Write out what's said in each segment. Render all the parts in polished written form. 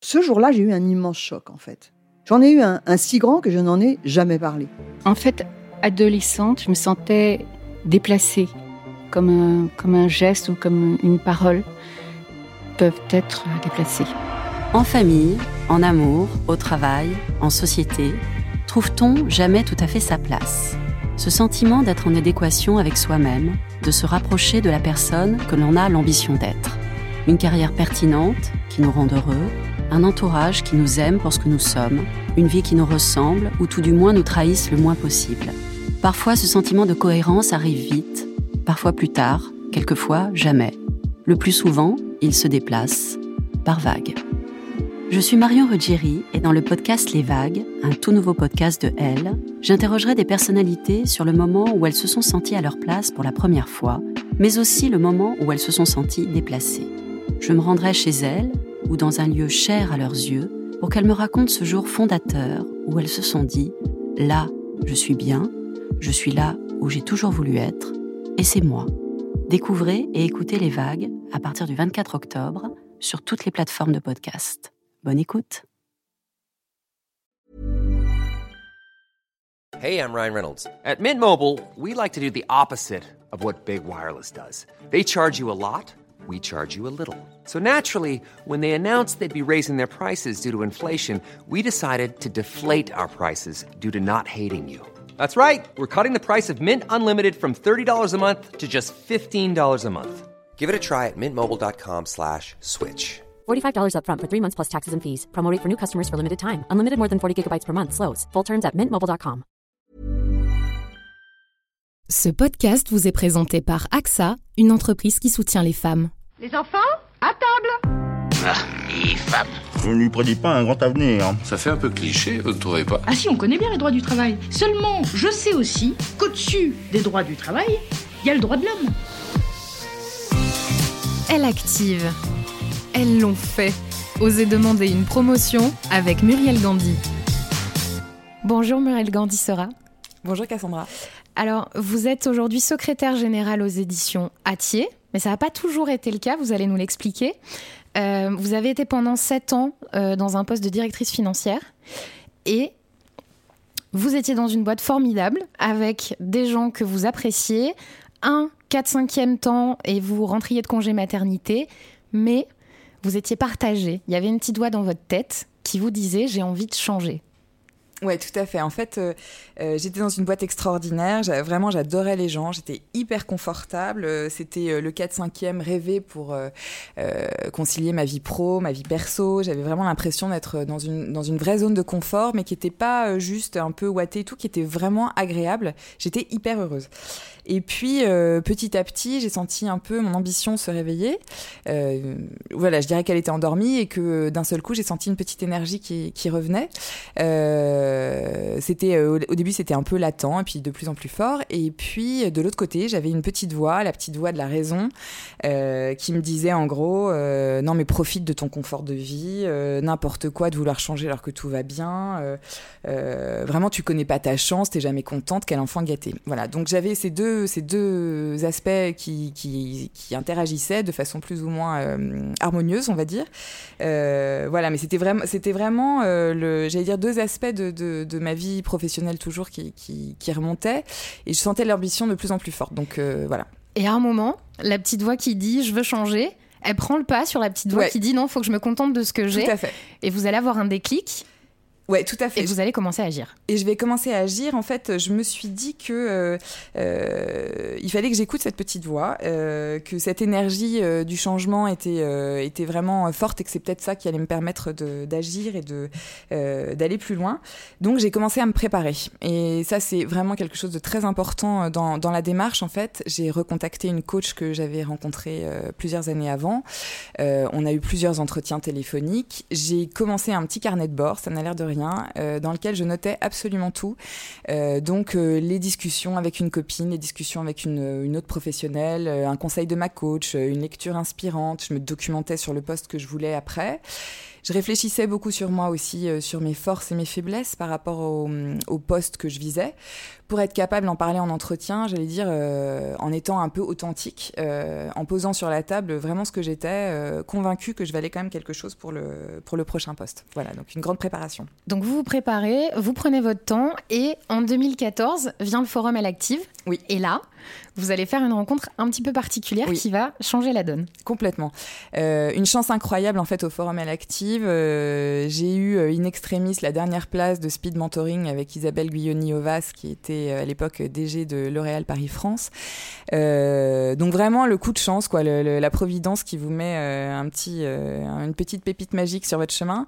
Ce jour-là, j'ai eu un immense choc, en fait. J'en ai eu un si grand que je n'en ai jamais parlé. En fait, adolescente, je me sentais déplacée, comme un geste ou comme une parole peuvent être déplacées. En famille, en amour, au travail, en société, trouve-t-on jamais tout à fait sa place ? Ce sentiment d'être en adéquation avec soi-même, de se rapprocher de la personne que l'on a l'ambition d'être. Une carrière pertinente qui nous rend heureux, un entourage qui nous aime pour ce que nous sommes, une vie qui nous ressemble ou tout du moins nous trahisse le moins possible. Parfois, ce sentiment de cohérence arrive vite, parfois plus tard, quelquefois jamais. Le plus souvent, il se déplace par vagues. Je suis Marion Ruggieri et dans le podcast Les Vagues, un tout nouveau podcast de Elle, j'interrogerai des personnalités sur le moment où elles se sont senties à leur place pour la première fois, mais aussi le moment où elles se sont senties déplacées. Je me rendrai chez elles ou dans un lieu cher à leurs yeux pour qu'elles me racontent ce jour fondateur où elles se sont dit « Là, je suis bien, je suis là où j'ai toujours voulu être, et c'est moi ». Découvrez et écoutez Les Vagues à partir du 24 octobre sur toutes les plateformes de podcast. Bonne écoute. Hey, I'm Ryan Reynolds. At Mint Mobile, we like to do the opposite of what Big Wireless does. They charge you a lot, we charge you a little. So naturally, when they announced they'd be raising their prices due to inflation, we decided to deflate our prices due to not hating you. That's right. We're cutting the price of Mint Unlimited from $30 a month to just $15 a month. Give it a try at mintmobile.com/switch. $45 up front for 3 months plus taxes and fees. Promo rate for new customers for limited time. Unlimited more than 40 gigabytes per month. Slows full terms at mintmobile.com. Ce podcast vous est présenté par AXA, une entreprise qui soutient les femmes. Les enfants, à table. Les femmes. Je ne lui prédis pas un grand avenir. Ça fait un peu cliché, vous ne trouvez pas ? Ah si, on connaît bien les droits du travail. Seulement, je sais aussi qu'au-dessus des droits du travail, il y a le droit de l'homme. Elle active. Elles l'ont fait. Osez demander une promotion avec Muriel Gandhi. Bonjour Muriel Gandhi-Sera. Bonjour Cassandra. Alors, vous êtes aujourd'hui secrétaire générale aux éditions Hatier, mais ça n'a pas toujours été le cas, vous allez nous l'expliquer. Vous avez été pendant 7 ans dans un poste de directrice financière et vous étiez dans une boîte formidable avec des gens que vous appréciez, 4/5e temps et vous rentriez de congé maternité, mais vous étiez partagé. Il y avait une petite voix dans votre tête qui vous disait « j'ai envie de changer ». Ouais, tout à fait. En fait, j'étais dans une boîte extraordinaire. Vraiment, j'adorais les gens. J'étais hyper confortable. C'était le 4/5e rêvé pour concilier ma vie pro, ma vie perso. J'avais vraiment l'impression d'être dans une vraie zone de confort, mais qui n'était pas juste un peu ouatée et tout, qui était vraiment agréable. J'étais hyper heureuse. Et puis, petit à petit, j'ai senti un peu mon ambition se réveiller. Voilà, je dirais qu'elle était endormie et que d'un seul coup, j'ai senti une petite énergie qui revenait. Au début, c'était un peu latent et puis de plus en plus fort. Et puis, de l'autre côté, j'avais une petite voix, la petite voix de la raison, qui me disait en gros, non mais profite de ton confort de vie, n'importe quoi de vouloir changer alors que tout va bien. Vraiment, tu connais pas ta chance, t'es jamais contente, quel enfant gâté. Voilà, donc j'avais ces deux aspects qui interagissaient de façon plus ou moins harmonieuse, on va dire. Voilà, mais c'était vraiment j'allais dire 2 aspects de ma vie professionnelle toujours qui remontaient et je sentais l'ambition de plus en plus forte. Donc voilà. Et à un moment, la petite voix qui dit « je veux changer », elle prend le pas sur la petite voix qui dit « non, il faut que je me contente de ce que j'ai ». Tout à fait. Et vous allez avoir un déclic. Ouais, tout à fait. Et vous allez commencer à agir. Et je vais commencer à agir. En fait, je me suis dit que il fallait que j'écoute cette petite voix, que cette énergie du changement était vraiment forte et que c'est peut-être ça qui allait me permettre d'agir et d'aller plus loin. Donc, j'ai commencé à me préparer. Et ça, c'est vraiment quelque chose de très important dans la démarche. En fait, j'ai recontacté une coach que j'avais rencontrée plusieurs années avant. On a eu plusieurs entretiens téléphoniques. J'ai commencé un petit carnet de bord, ça n'a l'air de rien, dans lequel je notais absolument tout. Donc, les discussions avec une copine, les discussions avec une autre professionnelle, un conseil de ma coach, une lecture inspirante. Je me documentais sur le poste que je voulais après. Je réfléchissais beaucoup sur moi aussi, sur mes forces et mes faiblesses par rapport au poste que je visais, pour être capable d'en parler en entretien, j'allais dire, en étant un peu authentique, en posant sur la table vraiment ce que j'étais, convaincue que je valais quand même quelque chose pour le prochain poste. Voilà, donc une grande préparation. Donc vous vous préparez, vous prenez votre temps et en 2014 vient le forum Elle Active. Oui. Et là, vous allez faire une rencontre un petit peu particulière qui va changer la donne. Complètement. Une chance incroyable en fait au forum Elle Active. J'ai eu in extremis la dernière place de speed mentoring avec Isabelle Guyoni-Ovas qui était à l'époque DG de L'Oréal Paris-France. Donc vraiment le coup de chance, quoi, la providence qui vous met une petite pépite magique sur votre chemin.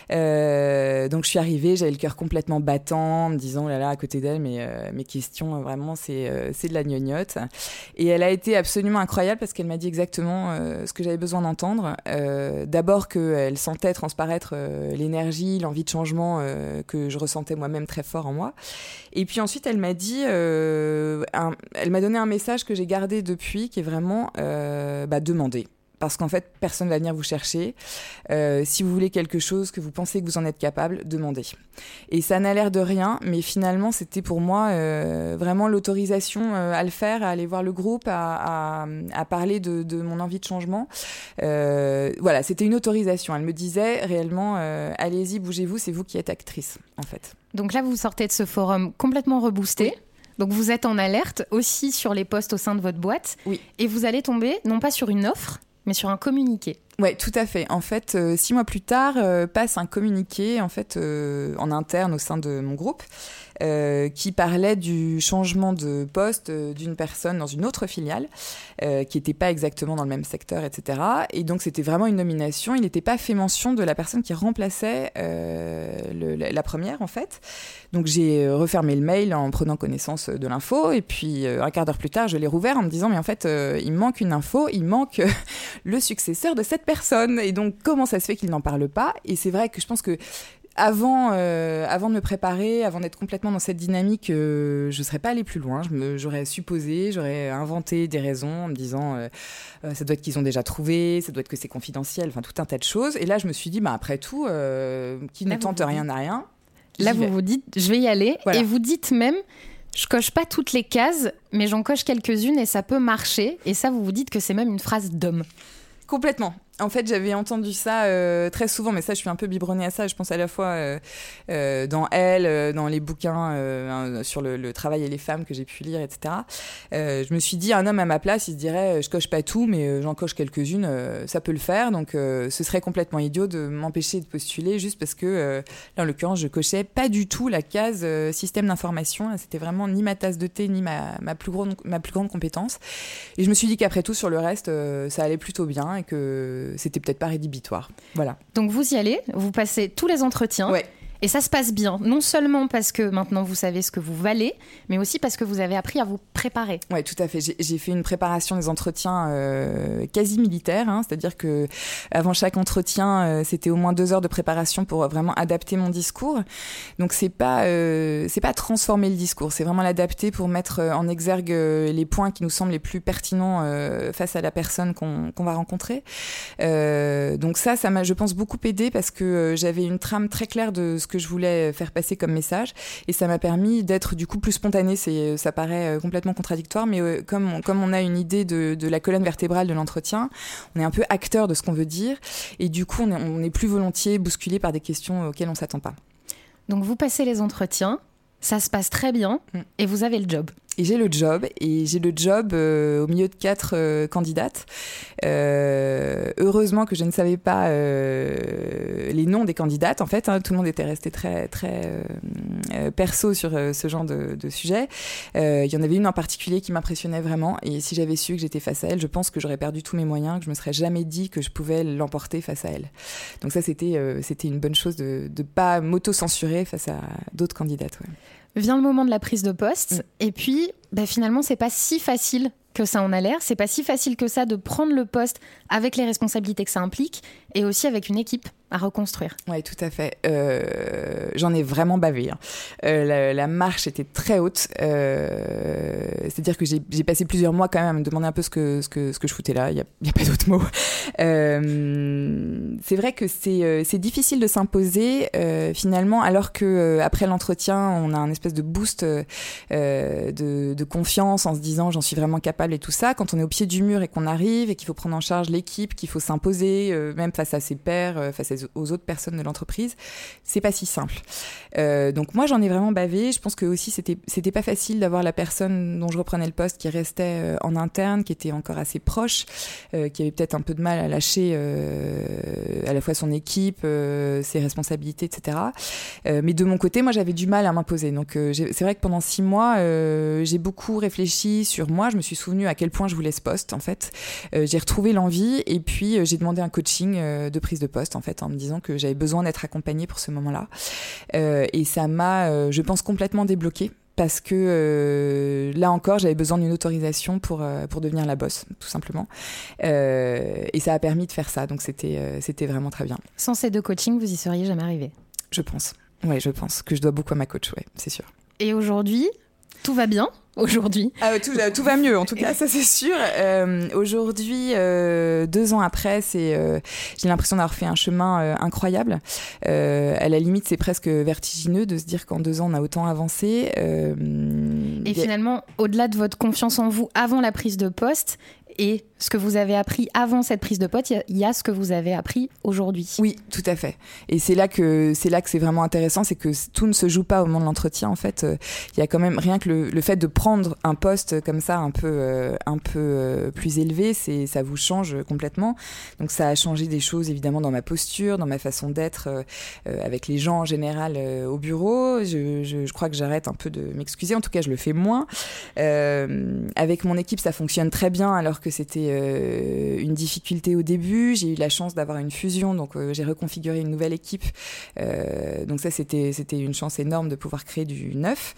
Donc je suis arrivée, j'avais le cœur complètement battant, en me disant oh là là, à côté d'elle, mes questions vraiment c'est de la gnognotte. Et elle a été absolument incroyable parce qu'elle m'a dit exactement ce que j'avais besoin d'entendre. D'abord qu'elle sentait transparaître l'énergie, l'envie de changement que je ressentais moi-même très fort en moi. Et puis ensuite, elle m'a dit, elle m'a donné un message que j'ai gardé depuis, qui est vraiment demander. Parce qu'en fait, personne ne va venir vous chercher. Si vous voulez quelque chose, que vous pensez que vous en êtes capable, demandez. Et ça n'a l'air de rien, mais finalement, c'était pour moi vraiment l'autorisation à le faire, à aller voir le groupe, à parler de mon envie de changement. Voilà, c'était une autorisation. Elle me disait réellement, allez-y, bougez-vous, c'est vous qui êtes actrice, en fait. Donc là, vous sortez de ce forum complètement reboosté. Oui. Donc vous êtes en alerte aussi sur les postes au sein de votre boîte. Oui. Et vous allez tomber, non pas sur une offre, mais sur un communiqué. Ouais, tout à fait. En fait, 6 mois plus tard, passe un communiqué en fait en interne au sein de mon groupe qui parlait du changement de poste d'une personne dans une autre filiale qui n'était pas exactement dans le même secteur, etc. Et donc, c'était vraiment une nomination. Il n'était pas fait mention de la personne qui remplaçait la première, en fait. Donc, j'ai refermé le mail en prenant connaissance de l'info. Et puis, un quart d'heure plus tard, je l'ai rouvert en me disant, mais en fait, il me manque une info, il manque le successeur de cette personne. Et donc, comment ça se fait qu'il n'en parle pas ? Et c'est vrai que je pense que avant de me préparer, avant d'être complètement dans cette dynamique, je ne serais pas allée plus loin. J'aurais supposé, j'aurais inventé des raisons en me disant ça doit être qu'ils ont déjà trouvé, ça doit être que c'est confidentiel, enfin tout un tas de choses. Et là, je me suis dit, après tout, qui ne tente rien n'a rien. Là, vous vous dites, je vais y aller. Voilà. Et vous dites même, je coche pas toutes les cases, mais j'en coche quelques-unes et ça peut marcher. Et ça, vous vous dites que c'est même une phrase d'homme. Complètement. En fait, j'avais entendu ça très souvent, mais ça, je suis un peu biberonnée à ça. Je pense à la fois dans Elle, dans les bouquins sur le travail et les femmes que j'ai pu lire, etc. Je me suis dit, un homme à ma place, il se dirait, je coche pas tout, mais j'en coche quelques-unes, ça peut le faire. Donc, ce serait complètement idiot de m'empêcher de postuler juste parce que, là, en l'occurrence, je cochais pas du tout la case système d'information. C'était vraiment ni ma tasse de thé, ni ma plus grande compétence. Et je me suis dit qu'après tout, sur le reste, ça allait plutôt bien et que c'était peut-être pas rédhibitoire. Voilà. Donc vous y allez, vous passez tous les entretiens. Ouais. Et ça se passe bien, non seulement parce que maintenant vous savez ce que vous valez, mais aussi parce que vous avez appris à vous préparer. Oui, tout à fait. J'ai fait une préparation des entretiens quasi militaire, c'est-à-dire que avant chaque entretien, c'était au moins 2 heures de préparation pour vraiment adapter mon discours. Donc c'est pas transformer le discours, c'est vraiment l'adapter pour mettre en exergue les points qui nous semblent les plus pertinents face à la personne qu'on va rencontrer. Donc ça m'a, je pense, beaucoup aidé parce que j'avais une trame très claire de ce que je voulais faire passer comme message et ça m'a permis d'être du coup plus spontanée. Ça paraît complètement contradictoire, mais comme on a une idée de la colonne vertébrale de l'entretien, on est un peu acteur de ce qu'on veut dire et du coup on est plus volontiers bousculé par des questions auxquelles on s'attend pas. Donc vous passez les entretiens, ça se passe très bien et vous avez le job. Et j'ai le job au milieu de 4 candidates. Heureusement que je ne savais pas les noms des candidates. En fait, tout le monde était resté très, très perso sur ce genre de sujet. Il y en avait une en particulier qui m'impressionnait vraiment. Et si j'avais su que j'étais face à elle, je pense que j'aurais perdu tous mes moyens, que je me serais jamais dit que je pouvais l'emporter face à elle. Donc ça, c'était une bonne chose de ne pas m'auto-censurer face à d'autres candidates. Ouais. Vient le moment de la prise de poste et puis finalement c'est pas si facile que ça en a l'air, c'est pas si facile que ça de prendre le poste avec les responsabilités que ça implique et aussi avec une équipe. à reconstruire. Oui, tout à fait. J'en ai vraiment bavé. La marche était très haute. C'est-à-dire que j'ai passé plusieurs mois quand même à me demander un peu ce que je foutais là. Il n'y a pas d'autre mot. C'est vrai que c'est difficile de s'imposer finalement, alors que après l'entretien, on a un espèce de boost de confiance en se disant j'en suis vraiment capable et tout ça. Quand on est au pied du mur et qu'on arrive et qu'il faut prendre en charge l'équipe, qu'il faut s'imposer même face à ses pairs, face aux autres personnes de l'entreprise, c'est pas si simple. Donc moi j'en ai vraiment bavé. Je pense que aussi c'était pas facile d'avoir la personne dont je reprenais le poste qui restait en interne, qui était encore assez proche, qui avait peut-être un peu de mal à lâcher à la fois son équipe, ses responsabilités, etc. Mais de mon côté, moi j'avais du mal à m'imposer. Donc c'est vrai que pendant 6 mois, j'ai beaucoup réfléchi sur moi. Je me suis souvenue à quel point je voulais ce poste en fait. J'ai retrouvé l'envie et puis j'ai demandé un coaching de prise de poste en fait, en me disant que j'avais besoin d'être accompagnée pour ce moment-là. Et ça m'a, je pense, complètement débloquée. Parce que là encore, j'avais besoin d'une autorisation pour devenir la boss, tout simplement. Et ça a permis de faire ça, donc c'était vraiment très bien. Sans ces 2 coachings, vous y seriez jamais arrivé ? Je pense. Ouais, je pense que je dois beaucoup à ma coach, ouais, c'est sûr. Et aujourd'hui, tout va bien ? Aujourd'hui tout va mieux, en tout cas, ça c'est sûr. Aujourd'hui, 2 ans après, j'ai l'impression d'avoir fait un chemin incroyable. À la limite, c'est presque vertigineux de se dire qu'en 2 ans, on a autant avancé. Et finalement, au-delà de votre confiance en vous avant la prise de poste, et ce que vous avez appris avant cette prise de poste, il y a ce que vous avez appris aujourd'hui. Oui, tout à fait. Et c'est là que c'est vraiment intéressant, c'est que tout ne se joue pas au moment de l'entretien. En fait, il y a quand même rien que le fait de prendre un poste comme ça, un peu plus élevé, ça vous change complètement. Donc ça a changé des choses évidemment dans ma posture, dans ma façon d'être avec les gens en général au bureau. Je crois que j'arrête un peu de m'excuser. En tout cas, je le fais moins. Avec mon équipe, ça fonctionne très bien, alors que c'était une difficulté au début. J'ai eu la chance d'avoir une fusion, donc j'ai reconfiguré une nouvelle équipe. Donc ça, c'était une chance énorme de pouvoir créer du neuf.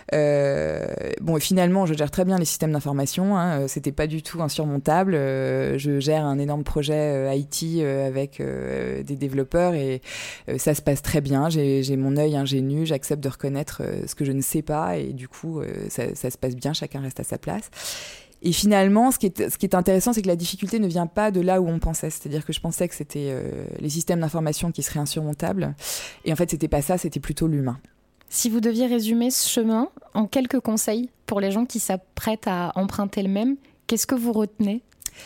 Bon, et finalement, je gère très bien les systèmes d'information. C'était pas du tout insurmontable. Je gère un énorme projet IT avec des développeurs et ça se passe très bien. J'ai mon œil ingénu. J'accepte de reconnaître ce que je ne sais pas et du coup, ça se passe bien. Chacun reste à sa place. Et finalement, ce qui est intéressant, c'est que la difficulté ne vient pas de là où on pensait. C'est-à-dire que je pensais que c'était les systèmes d'information qui seraient insurmontables. Et en fait, c'était pas ça, c'était plutôt l'humain. Si vous deviez résumer ce chemin en quelques conseils pour les gens qui s'apprêtent à emprunter le même, qu'est-ce que vous retenez ?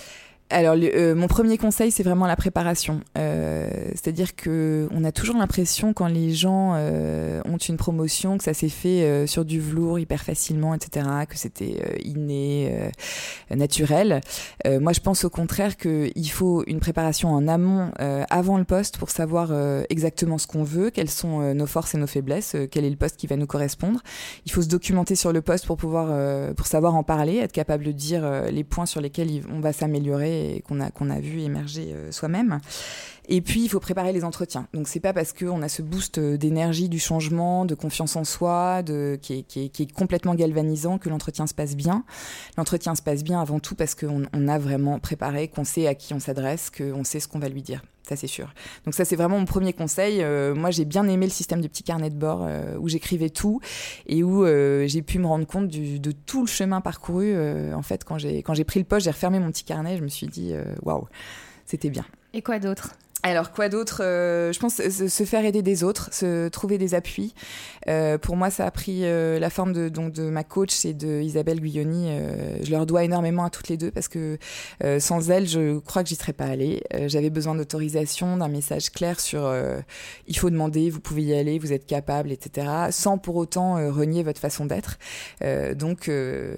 Alors, mon premier conseil, c'est vraiment la préparation. C'est-à-dire qu'on a toujours l'impression, quand les gens ont une promotion, que ça s'est fait sur du velours hyper facilement, etc., que c'était inné, naturel. Moi, je pense au contraire qu'il faut une préparation en amont, avant le poste, pour savoir exactement ce qu'on veut, quelles sont nos forces et nos faiblesses, quel est le poste qui va nous correspondre. Il faut se documenter sur le poste pour savoir en parler, être capable de dire les points sur lesquels on va s'améliorer et qu'on a vu émerger soi-même. Et puis, il faut préparer les entretiens. Donc, c'est pas parce qu'on a ce boost d'énergie, du changement, de confiance en soi, qui est complètement galvanisant, que l'entretien se passe bien. L'entretien se passe bien avant tout parce qu'on a vraiment préparé, qu'on sait à qui on s'adresse, qu'on sait ce qu'on va lui dire. Ça, c'est sûr. Donc ça, c'est vraiment mon premier conseil. Moi, j'ai bien aimé le système du petit carnet de bord où j'écrivais tout et où j'ai pu me rendre compte de tout le chemin parcouru. En fait, quand j'ai pris le poste, j'ai refermé mon petit carnet. Je me suis dit, waouh, c'était bien. Et quoi d'autre ? Alors, quoi d'autre ? Je pense se faire aider des autres, se trouver des appuis. Pour moi, ça a pris la forme de ma coach et de Isabelle Guilloni. Je leur dois énormément à toutes les deux parce que sans elles, je crois que j'y serais pas allée. J'avais besoin d'autorisation, d'un message clair sur il faut demander, vous pouvez y aller, vous êtes capable, etc. Sans pour autant renier votre façon d'être. Donc,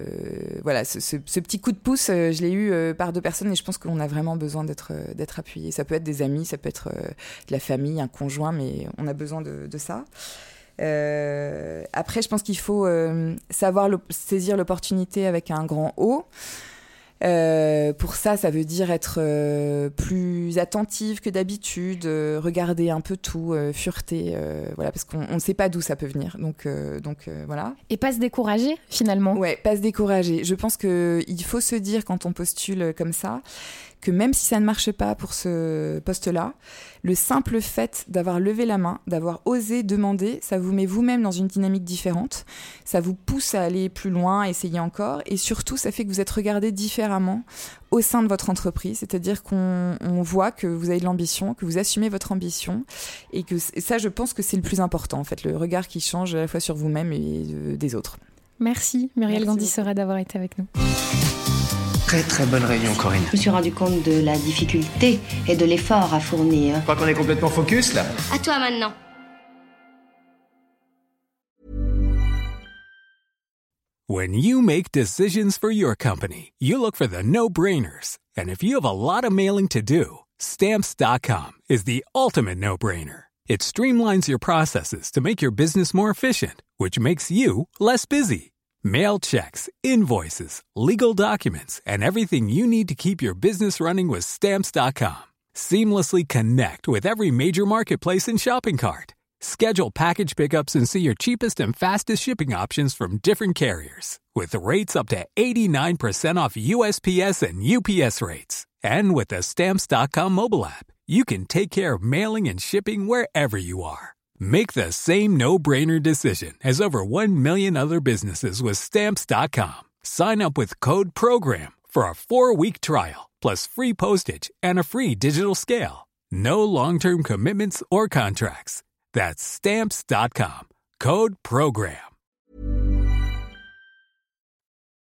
voilà, ce petit coup de pouce, je l'ai eu par 2 personnes et je pense qu'on a vraiment besoin d'être appuyé. Ça peut être des amis, ça peut être de la famille, un conjoint, mais on a besoin de ça. Après, je pense qu'il faut savoir saisir l'opportunité avec un grand O. Pour ça veut dire être plus attentive que d'habitude, regarder un peu tout, fureter, voilà, parce qu'on ne sait pas d'où ça peut venir. Donc voilà. Et pas se décourager, finalement. Ouais, pas se décourager. Je pense qu'il faut se dire, quand on postule comme ça, que même si ça ne marche pas pour ce poste-là, le simple fait d'avoir levé la main, d'avoir osé demander, ça vous met vous-même dans une dynamique différente, ça vous pousse à aller plus loin, à essayer encore, et surtout, ça fait que vous êtes regardé différemment au sein de votre entreprise, c'est-à-dire qu'on voit que vous avez de l'ambition, que vous assumez votre ambition, et ça, je pense que c'est le plus important, en fait, le regard qui change à la fois sur vous-même et des autres. Merci Muriel Gandhi-Sera d'avoir été avec nous. Très très bonne réunion, Corinne. Je me suis rendu compte de la difficulté et de l'effort à fournir. Je crois qu'on est complètement focus là. À toi maintenant. When you make decisions for your company, you look for the no-brainers. And if you have a lot of mailing to do, Stamps.com is the ultimate no-brainer. It streamlines your processes to make your business more efficient, which makes you less busy. Mail checks, invoices, legal documents, and everything you need to keep your business running with Stamps.com. Seamlessly connect with every major marketplace and shopping cart. Schedule package pickups and see your cheapest and fastest shipping options from different carriers. With rates up to 89% off USPS and UPS rates. And with the Stamps.com mobile app, you can take care of mailing and shipping wherever you are. Make the same no-brainer decision as over 1 million other businesses with Stamps.com. Sign up with code PROGRAM for a 4-week trial, plus free postage and a free digital scale. No long-term commitments or contracts. That's Stamps.com. Code PROGRAM.